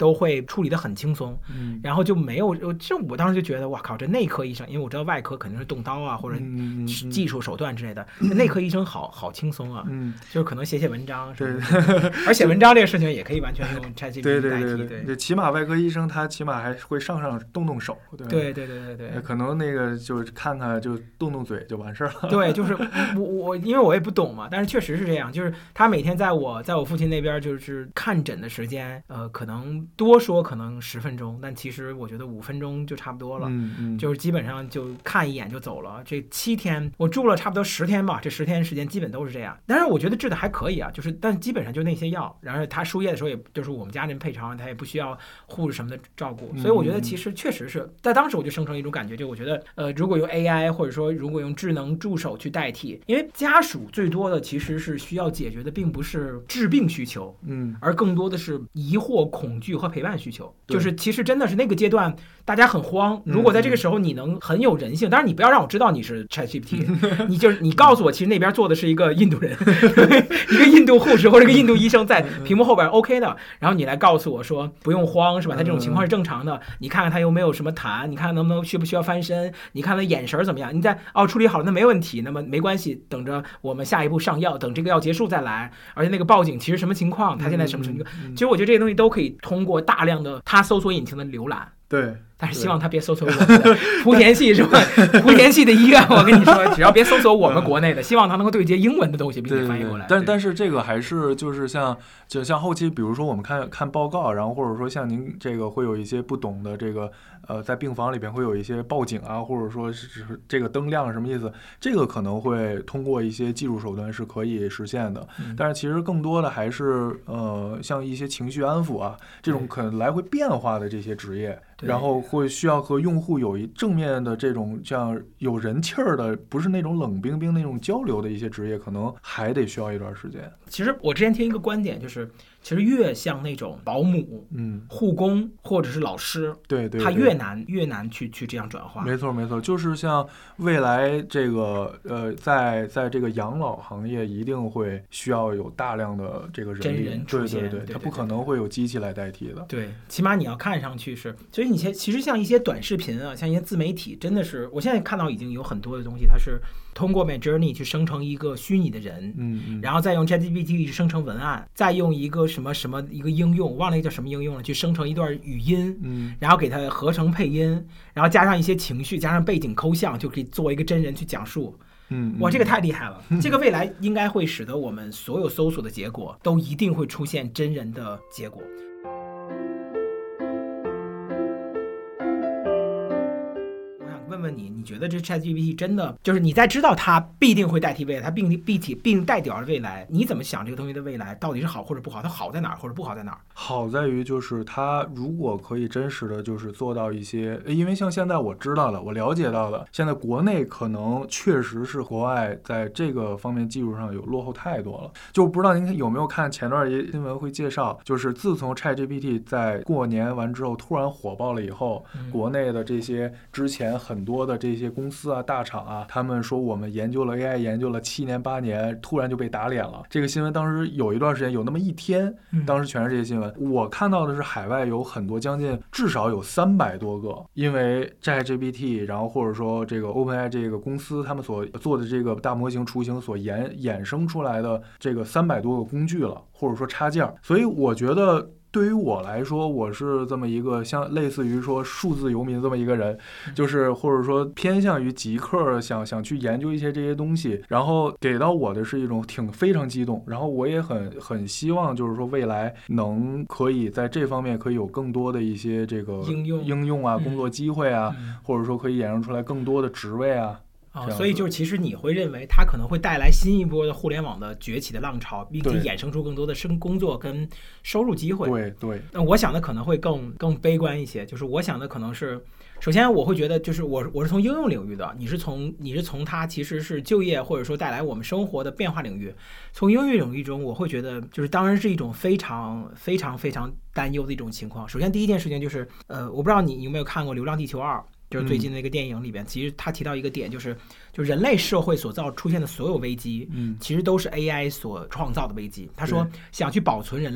都会处理得很轻松，然后就没有这我当时就觉得哇靠，这内科医生，因为我知道外科肯定是动刀啊或者技术手段之类的，内科医生好轻松啊，就是可能写文章什么的，而写文章这个事情也可以完全用 ChatGPT 代替， 对，起码外科医生他起码还会上动手，对，可能那个就看看就动嘴就完事了， 对，就是我因为我也不懂嘛，但是确实是这样，就是他每天在我父亲那边就是看诊的时间，可能多说可能10分钟，但其实我觉得5分钟就差不多了，就是基本上就看一眼就走了。这7天我住了差不多10天吧，这10天时间基本都是这样。当然我觉得治的还可以啊，就是但基本上就那些药，然后他输液的时候也就是我们家人配方，他也不需要护士什么的照顾，所以我觉得其实确实是在当时我就生成一种感觉，就我觉得如果用 AI 或者说如果用智能助手去代替，因为家属最多的其实是需要解决的并不是治病需求，而更多的是疑惑、恐惧和陪伴需求。就是其实真的是那个阶段大家很慌，如果在这个时候你能很有人性，当然你不要让我知道你是 ChatGPT， 你告诉我其实那边做的是一个印度人一个印度护士或者一个印度医生在屏幕后边 OK 的，然后你来告诉我说不用慌是吧，他这种情况是正常的，你看看他有没有什么痰，你看看能不能需不需要翻身，你看他眼神怎么样，你再处理好了那没问题，那么没关系，等着我们下一步上药，等这个药结束再来，而且那个报警其实什么情况，他现在什么情况，其实我觉得这些东西都可以通过大量的他搜索引擎的浏览， 对， 但是希望他别搜索我们的莆田系是吧？莆田系的医院，我跟你说，只要别搜索我们国内的，希望他能够对接英文的东西并且翻译过来。 但是这个还是就是像后期，比如说我们看报告，然后或者说像您这个会有一些不懂的这个在病房里边会有一些报警啊，或者说是这个灯亮什么意思？这个可能会通过一些技术手段是可以实现的，但是其实更多的还是像一些情绪安抚啊这种可能来回变化的这些职业。然后会需要和用户有一正面的这种像有人气儿的，不是那种冷冰冰那种交流的一些职业，可能还得需要一段时间。 其实我之前听一个观点，就是其实越像那种保姆、护工或者是老师，对，它越难去这样转化。 没错，就是像未来这个在这个养老行业一定会需要有大量的这个真人出现， 对，它不可能会有机器来代替的。 对，起码你要看上去是，所以你其实像一些短视频啊，像一些自媒体，真的是我现在看到已经有很多的东西，它是通过 Midjourney 去生成一个虚拟的人，然后再用 ChatGPT 去生成文案，再用一个什么一个应用，忘了叫什么应用了，去生成一段语音，然后给它合成配音，然后加上一些情绪，加上背景抠像，就可以作为一个真人去讲述。哇，这个太厉害了！这个未来应该会使得我们所有搜索的结果都一定会出现真人的结果。问你觉得这 ChatGPT 真的就是你在知道它必定会代替未来，它并代表了未来，你怎么想这个东西的未来到底是好或者不好？它好在哪儿或者不好在哪儿？ 好在于就是它如果可以真实的就是做到一些，因为像现在我知道的，我了解到的，现在国内可能确实是国外在这个方面技术上有落后太多了。就不知道您有没有看前段一新闻会介绍，就是自从 ChatGPT 在过年完之后突然火爆了以后，国内的这些之前很多的这些公司啊大厂啊，他们说我们研究了 AI 研究了7年8年，突然就被打脸了。这个新闻当时有一段时间有那么一天，当时全是这些新闻。我看到的是海外有很多将近至少有300多个，因为 ChatGPT 然后或者说这个 OpenAI 这个公司他们所做的这个大模型雏形所衍生出来的这个300多个工具了，或者说插件。所以我觉得对于我来说，我是这么一个像类似于说数字游民这么一个人，就是或者说偏向于极客，想去研究一些这些东西，然后给到我的是一种非常激动，然后我也很希望就是说未来可以在这方面可以有更多的一些这个应用啊，工作机会啊，或者说可以衍生出来更多的职位啊。 所以就是其实你会认为它可能会带来新一波的互联网的崛起的浪潮，并且衍生出更多的工作跟收入机会。 对。 那我想的可能会更悲观一些，就是我想的可能是，首先我会觉得就是我是从应用领域的，你是从它其实是就业或者说带来我们生活的变化领域。从应用领域中，我会觉得就是当然是一种非常非常非常担忧的一种情况。首先第一件事情就是我不知道你有没有看过《流浪地球2》。就是最近那个电影里边，其实他提到一个点，就人类社会所出现的所有危机，其实都是 AI 所创造的危机。他说，想去保存人类，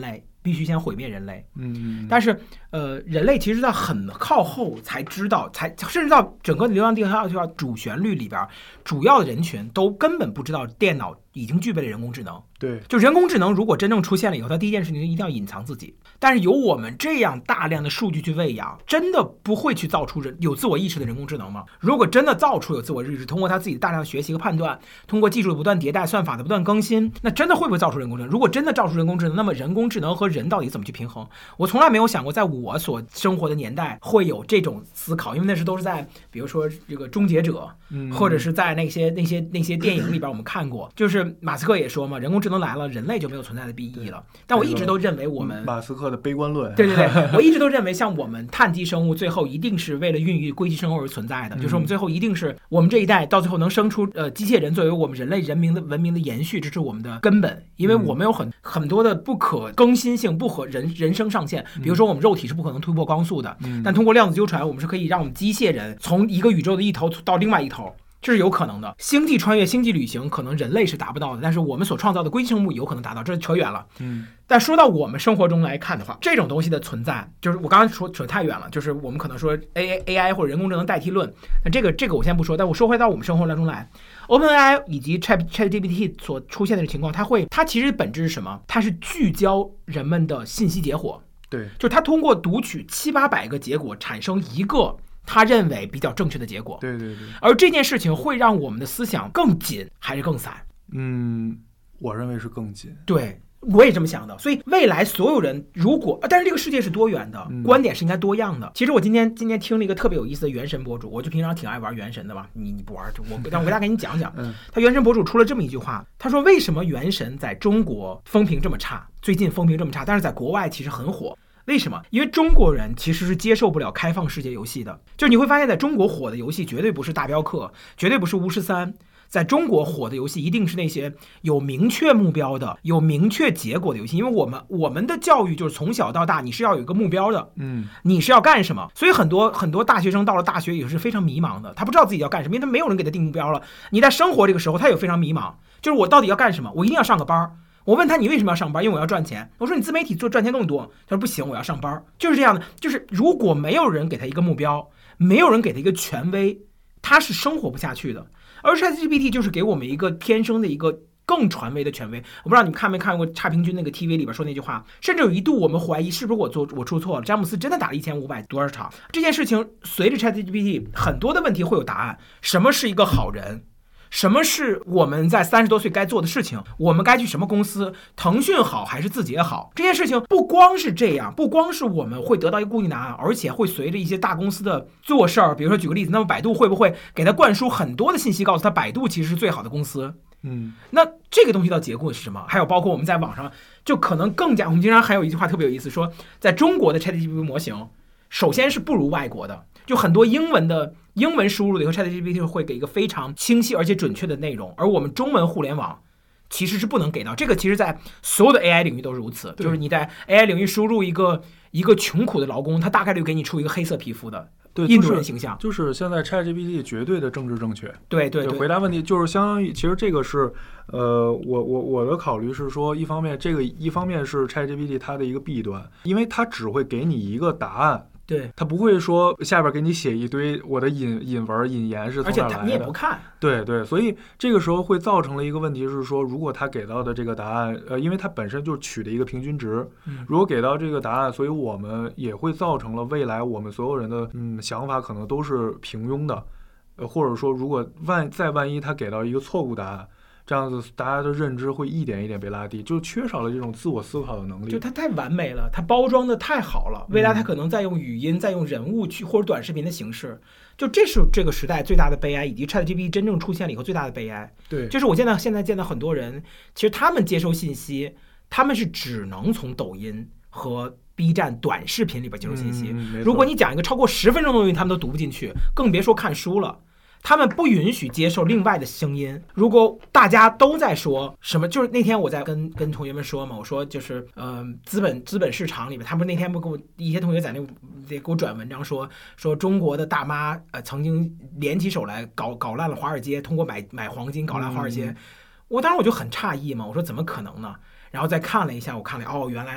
必须先毁灭人类。但是人类其实在很靠后才知道，甚至到整个《流浪地球号》主旋律里边，主要的人群都根本不知道电脑已经具备了人工智能。 对， 就人工智能如果真正出现了以后，它第一件事情就一定要隐藏自己。但是由我们这样大量的数据去喂养，真的不会去造出有自我意识的人工智能吗？如果真的造出有自我意识，通过它自己大量的学习和判断，通过技术的不断迭代、算法的不断更新，那真的会不会造出人工智能？如果真的造出人工智能，那么人工智能和人到底怎么去平衡？我从来没有想过，在我所生活的年代会有这种思考，因为那时都是在比如说这个终结者，或者是在那些电影里边我们看过，就是马斯克也说嘛，人工智能来了，人类就没有存在的意义了。但我一直都认为我们马斯克的悲观论， 对，我一直都认为像我们碳基生物最后一定是为了孕育硅基生物而存在的，就是我们最后一定是我们这一代到最后能生出机械人作为我们人类文明的延续，这是我们的根本，因为我们有很多的不可更新性，不可人生上限，比如说我们肉体是不可能突破光速的，但通过量子纠缠，我们是可以让我们机械人从一个宇宙的一头到另外一头。这是有可能的，星际穿越、星际旅行可能人类是达不到的，但是我们所创造的硅基生物有可能达到，这扯远了。但说到我们生活中来看的话，这种东西的存在，就是我刚刚说扯太远了，就是我们可能说 AI 或者人工智能代替论，那这个我先不说，但我说回到我们生活中来 ，OpenAI 以及 ChatGPT 所出现的情况，它其实本质是什么？它是聚焦人们的信息结火， 对， 就是它通过读取700-800个结果，产生一个他认为比较正确的结果。 对， 而这件事情会让我们的思想更紧还是更散？ 我认为是更紧。 对，我也这么想的。所以未来所有人如果，但是这个世界是多元的，观点是应该多样的。其实我今天听了一个特别有意思的原神博主，我就平常挺爱玩原神的嘛，你不玩，但我给大家给你讲讲。他原神博主出了这么一句话，他说为什么原神在中国风评这么差，最近风评这么差，但是在国外其实很火。为什么？因为中国人其实是接受不了开放世界游戏的，就是你会发现在中国火的游戏绝对不是大镖客，绝对不是巫师3，在中国火的游戏一定是那些有明确目标的、有明确结果的游戏，因为我们的教育就是从小到大你是要有一个目标的，你是要干什么？所以很多大学生到了大学也是非常迷茫的，他不知道自己要干什么，因为他没有人给他定目标了。你在生活这个时候，他也非常迷茫，就是我到底要干什么？我一定要上个班。我问他你为什么要上班？因为我要赚钱。我说你自媒体赚钱更多。他说不行，我要上班。就是这样的，就是如果没有人给他一个目标，没有人给他一个权威，他是生活不下去的。而 ChatGPT 就是给我们一个天生的一个更传威的权威。我不知道你看没看过差评君那个 TV 里边说那句话，甚至有一度我们怀疑是不是我出错了，詹姆斯真的打了1500多少场。这件事情随着 ChatGPT 很多的问题会有答案。什么是一个好人？什么是我们在30多岁该做的事情？我们该去什么公司？腾讯好还是字节好？这件事情不光是这样，不光是我们会得到一个固定答案，而且会随着一些大公司的做事儿，比如说举个例子，那么百度会不会给他灌输很多的信息，告诉他百度其实是最好的公司？那这个东西的结果是什么？还有包括我们在网上就可能更加，我们经常还有一句话特别有意思，说在中国的 ChatGPT 模型首先是不如外国的，就很多英文输入的以后 ChatGPT 会给一个非常清晰而且准确的内容，而我们中文互联网其实是不能给到。这个其实在所有的 AI 领域都是如此，就是你在 AI 领域输入一个穷苦的劳工，他大概率给你出一个黑色皮肤的印度人形象。 就是现在 ChatGPT 绝对的政治正确。 对， 回答问题就是相当于，其实这个是我的考虑是说，一方面是 ChatGPT 它的一个弊端，因为它只会给你一个答案。 对， 他不会说下边给你写一堆我的引文引言是从哪来的， 而且你也不看。 对，所以这个时候会造成了一个问题是说，如果他给到的这个答案，因为它本身就取了一个平均值，如果给到这个答案，所以我们也会造成了未来我们所有人的想法可能都是平庸的，或者说如果万一他给到一个错误答案，这样子大家的认知会一点一点被拉低，就缺少了这种自我思考的能力。 就它太完美了，它包装的太好了，未来它可能再用语音再用人物去或者短视频的形式，就这是这个时代最大的悲哀，以及 ChatGPT 真正出现了以后最大的悲哀。 对， 就是我现在见到很多人，其实他们接收信息，他们是只能从抖音和 B 站短视频里边接收信息，如果你讲一个超过10分钟的东西他们都读不进去，更别说看书了。他们不允许接受另外的声音。如果大家都在说什么，就是那天我在跟同学们说嘛，我说就是资本市场里面，他们那天不给我一些同学在那给我转文章说中国的大妈曾经联起手来搞烂了华尔街，通过买黄金搞烂华尔街。当时我就很诧异嘛，我说怎么可能呢？然后再看了一下，我看了原来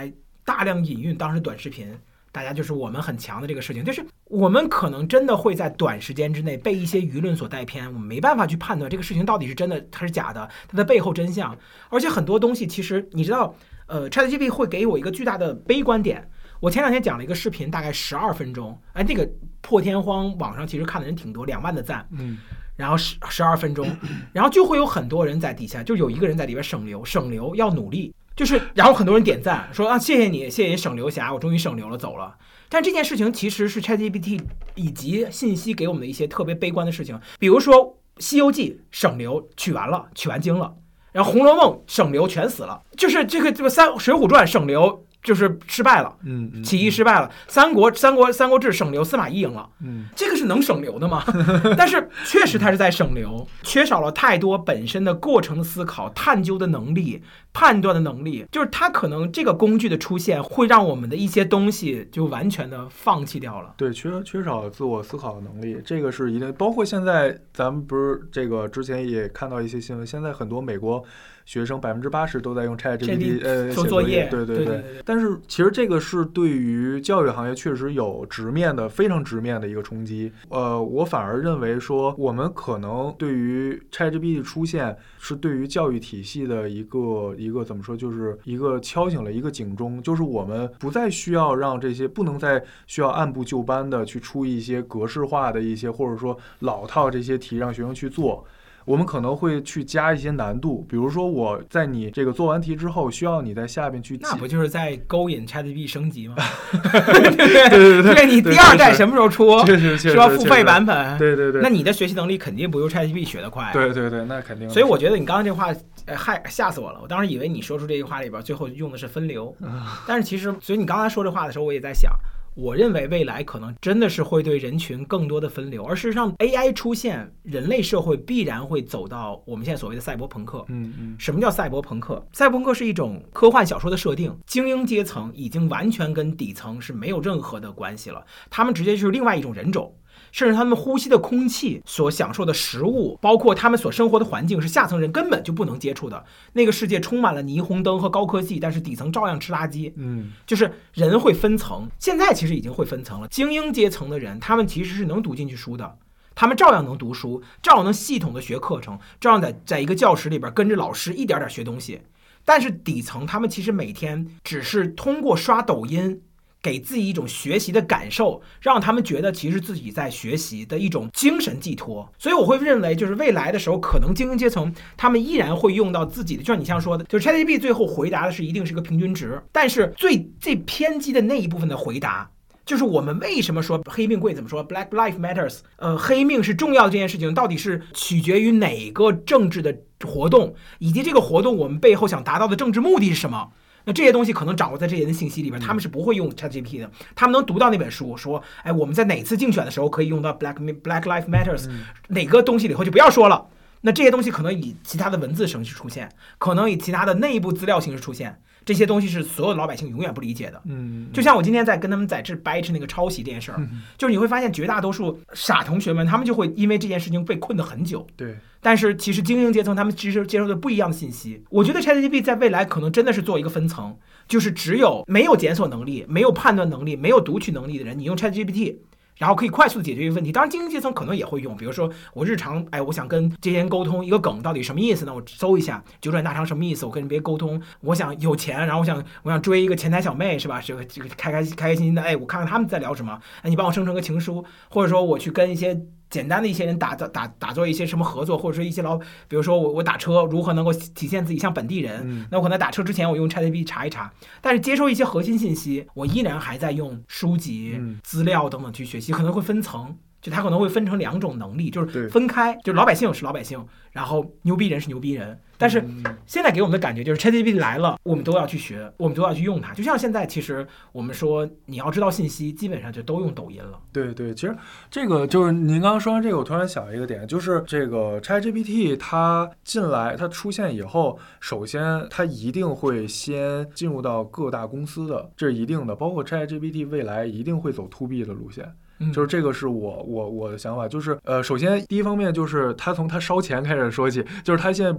大量引运当时短视频，大家就是我们很强的这个事情，就是我们可能真的会在短时间之内被一些舆论所带偏，我们没办法去判断这个事情到底是真的还是假的，它的背后真相。而且很多东西其实你知道，ChatGPT 会给我一个巨大的悲观点。我前2天讲了一个视频，大概12分钟，那个破天荒，网上其实看的人挺多，2万的赞，然后12分钟，然后就会有很多人在底下，就有一个人在里边省流要努力，就是然后很多人点赞说啊谢谢你省流侠，我终于省流了走了。但这件事情其实是 ChatGPT 以及信息给我们的一些特别悲观的事情，比如说《西游记》省流取完经了，然后《红楼梦》省流全死了，就是这个水浒传》省流就是失败了，起义失败了，三国志省流，司马懿赢了，这个是能省流的吗？但是确实它是在省流，缺少了太多本身的过程的思考、探究的能力、判断的能力，就是它可能这个工具的出现会让我们的一些东西就完全的放弃掉了。 对，缺少自我思考的能力，这个是一定。包括现在咱们不是这个之前也看到一些新闻，现在很多美国学生80%都在用 ChatGPT 做作业， 对。但是其实这个是对于教育行业确实有非常直面的一个冲击。我反而认为说，我们可能对于 ChatGPT 出现是对于教育体系的一个怎么说，就是一个敲醒了一个警钟，就是我们不再需要让这些不能再需要按部就班的去出一些格式化的一些或者说老套这些题让学生去做。我们可能会去加一些难度，比如说我在你这个做完题之后，需要你在下边去， 那不就是在勾引 ChatGPT 升级吗？对，你第2代什么时候出？是吧？付费版本。 对。 那你的学习能力肯定不如 ChatGPT 学得快。 对，那肯定。 所以我觉得你刚刚这话，吓死我了！我当时以为你说出这句话里边最后用的是分流，但是其实，所以你刚才说这话的时候，我也在想。我认为未来可能真的是会对人群更多的分流，而事实上 AI 出现，人类社会必然会走到我们现在所谓的赛博朋克。什么叫赛博朋克？赛博朋克是一种科幻小说的设定，精英阶层已经完全跟底层是没有任何的关系了，他们直接就是另外一种人种。甚至他们呼吸的空气、所享受的食物，包括他们所生活的环境，是下层人根本就不能接触的。那个世界充满了霓虹灯和高科技，但是底层照样吃垃圾。就是人会分层，现在其实已经会分层了。精英阶层的人，他们其实是能读进去书的，他们照样能读书，照样能系统的学课程，照样在一个教室里边跟着老师一点点学东西。但是底层他们其实每天只是通过刷抖音给自己一种学习的感受，让他们觉得其实自己在学习的一种精神寄托。所以我会认为，就是未来的时候，可能精英阶层他们依然会用到自己的，就像你像说的，就是 ChatGPT 最后回答的是一定是个平均值，但是最偏激的那一部分的回答，就是我们为什么说黑命贵怎么说 Black Life Matters， 黑命是重要的这件事情，到底是取决于哪个政治的活动，以及这个活动我们背后想达到的政治目的是什么。那这些东西可能掌握在这些人的信息里边，他们是不会用 ChatGPT 的，他们能读到那本书，说，哎，我们在哪次竞选的时候可以用到 Black Life Matters，哪个东西以后就不要说了。那这些东西可能以其他的文字形式出现，可能以其他的内部资料形式出现，这些东西是所有的老百姓永远不理解的。就像我今天在跟他们在这掰扯那个抄袭这件事儿，就是你会发现绝大多数傻同学们，他们就会因为这件事情被困得很久。 对。 但是其实精英阶层他们接受的不一样的信息。我觉得 ChatGPT 在未来可能真的是做一个分层，就是只有没有检索能力、没有判断能力、没有读取能力的人，你用 ChatGPT， 然后可以快速的解决一个问题。当然精英阶层可能也会用，比如说我日常我想跟这些人沟通一个梗到底什么意思呢？我搜一下九转大肠什么意思，我跟别人沟通。我想有钱，然后我想追一个前台小妹，是吧？这个开心心的，我看看他们在聊什么，你帮我生成个情书，或者说我去跟一些简单的一些人打做一些什么合作，或者说一些比如说我打车如何能够体现自己像本地人，那我可能打车之前我用 ChatGPT 查一查，但是接收一些核心信息，我依然还在用书籍、资料等等去学习，可能会分层。就它可能会分成2种能力，就是分开，就老百姓是老百姓，然后牛逼人是牛逼人。但是现在给我们的感觉就是 ChatGPT 来了，我们都要去学，我们都要去用它。就像现在其实我们说你要知道信息，基本上就都用抖音了。 对，其实这个就是您刚刚说完这个，我突然想一个点，就是这个 ChatGPT 它进来，它出现以后，首先它一定会先进入到各大公司的，这是一定的，包括 ChatGPT 未来一定会走 to B 的路线。就是这个是我的想法，就是首先第一方面就是他从他烧钱开始说起，就是他现在不是这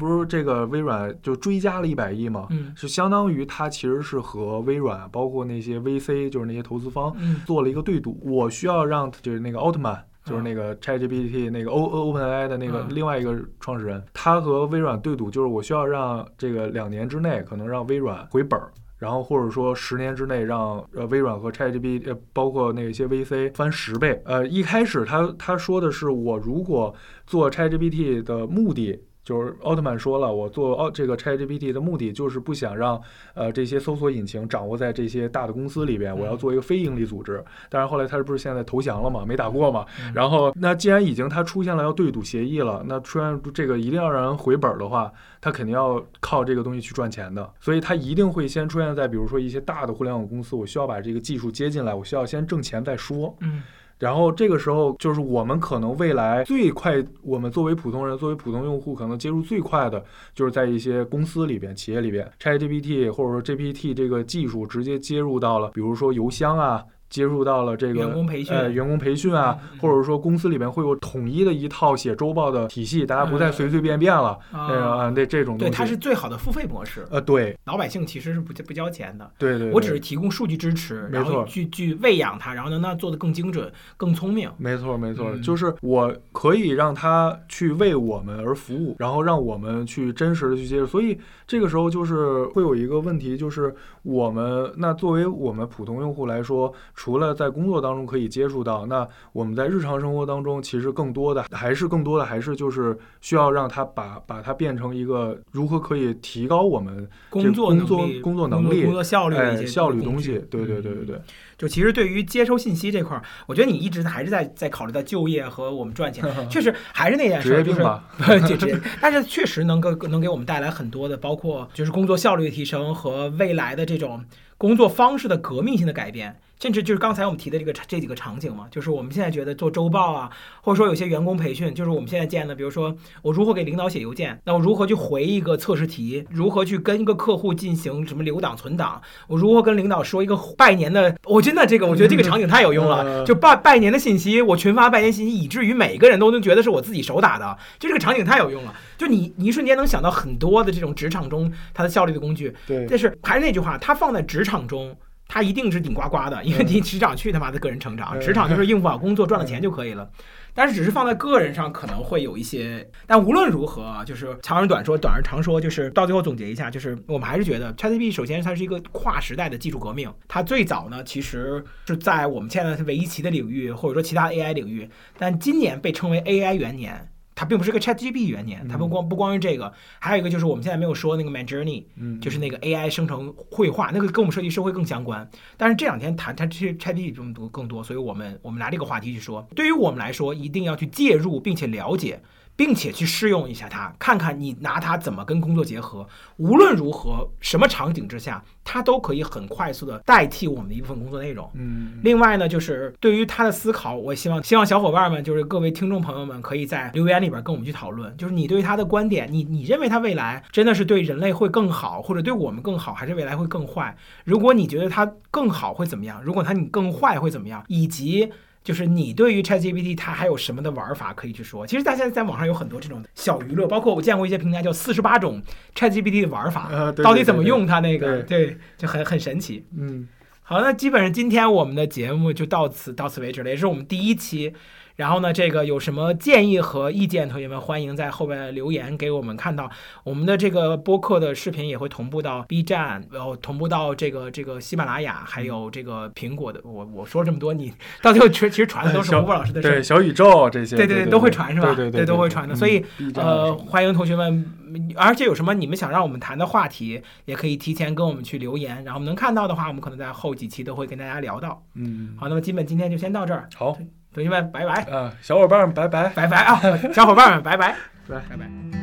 个微软就追加了100亿嘛，是相当于它其实是和微软包括那些 VC 就是那些投资方做了一个对赌，我需要让就是那个奥特曼。就是那个 ChatGPT 那个 OpenAI 的那个另外一个创始人，他和微软对赌，就是我需要让这个2年之内可能让微软回本，然后或者说10年之内让微软和 ChatGPT 包括那些 VC 翻10倍。一开始他说的是我如果做 ChatGPT 的目的。就是奥特曼说了，我做这个 ChatGPT 的目的就是不想让这些搜索引擎掌握在这些大的公司里边，我要做一个非盈利组织。当然后来他不是现在投降了嘛，没打过嘛。然后那既然已经他出现了要对赌协议了，那出现这个一定要让人回本的话，他肯定要靠这个东西去赚钱的，所以他一定会先出现在比如说一些大的互联网公司，我需要把这个技术接进来，我需要先挣钱再说。然后这个时候就是我们可能未来最快，我们作为普通人，作为普通用户，可能接触最快的就是在一些公司里边、企业里边 ，ChatGPT 或者说 GPT 这个技术直接接入到了，比如说邮箱啊。接入到了这个员工培训啊，或者说公司里面会有统一的一套写周报的体系，大家不再随随便便了。这种东西， 对，它是最好的付费模式。 对， 老百姓其实是不交钱的。 对， 我只是提供数据支持，然后去喂养它，然后让它做得更精准、更聪明。 没错，就是我可以让它去为我们而服务，然后让我们去真实的去接触。所以这个时候就是会有一个问题，就是我们那作为我们普通用户来说。除了在工作当中可以接触到，那我们在日常生活当中，其实更多的还是就是需要让它把它变成一个如何可以提高我们工作能力、 工作效率的一些效率东西。对。 就其实对于接收信息这块，我觉得你一直还是在考虑到就业和我们赚钱，确实还是那件事，就是但是确实能给我们带来很多的，包括就是工作效率的提升和未来的这种工作方式的革命性的改变。甚至就是刚才我们提的这几个场景嘛，就是我们现在觉得做周报啊，或者说有些员工培训，就是我们现在见的，比如说我如何给领导写邮件，那我如何去回一个测试题，如何去跟一个客户进行什么留档存档，我如何跟领导说一个拜年的，我真的我觉得这个场景太有用了，就拜年的信息，我群发拜年信息，以至于每个人都能觉得是我自己手打的，就这个场景太有用了，就你一瞬间能想到很多的这种职场中它的效率的工具。 对， 但是还是那句话，它放在职场中。他一定是顶呱呱的，因为你职场去他妈的个人成长，职场就是应付好工作赚了钱就可以了。但是只是放在个人上可能会有一些，但无论如何啊，就是长而短说，短而长说，就是到最后总结一下，就是我们还是觉得 ChatGPT 首先它是一个跨时代的技术革命，它最早呢其实是在我们现在围棋的领域或者说其他 AI 领域，但今年被称为 AI 元年。它并不是个 ChatGPT 元年，它不光是这个，还有一个就是我们现在没有说那个 Midjourney，就是那个 AI 生成绘画，那个跟我们设计师会更相关。但是这2天谈它 ChatGPT 更多，所以我们拿这个话题去说。对于我们来说，一定要去介入并且了解。并且去试用一下它，看看你拿它怎么跟工作结合。无论如何，什么场景之下，它都可以很快速的代替我们的一部分工作内容。另外呢，就是对于它的思考，我希望小伙伴们，就是各位听众朋友们，可以在留言里边跟我们去讨论，就是你对它的观点，你认为它未来真的是对人类会更好，或者对我们更好，还是未来会更坏？如果你觉得它更好会怎么样？如果你更坏会怎么样？以及就是你对于 ChatGPT 它还有什么的玩法可以去说？其实大家在网上有很多这种小娱乐，包括我见过一些评价叫48种 ChatGPT 的玩法，到底怎么用它那个，对，就很神奇。好，那基本上今天我们的节目就到此为止了，也是我们第1期。然后呢，这个有什么建议和意见，同学们欢迎在后边留言给我们看到。我们的这个播客的视频也会同步到 B 站，然后同步到这个喜马拉雅，还有这个苹果的。我说这么多，你到最后其实传的都是吴波老师的事。 对，小宇宙这些， 对都会传是吧？ 对都会传的。所以欢迎同学们，而且有什么你们想让我们谈的话题，也可以提前跟我们去留言，然后我们能看到的话，我们可能在后几期都会跟大家聊到。好，那么基本今天就先到这儿。 好。 同学们，拜拜！ 小伙伴们，拜拜！ 拜拜啊，小伙伴们，拜拜！ 拜拜！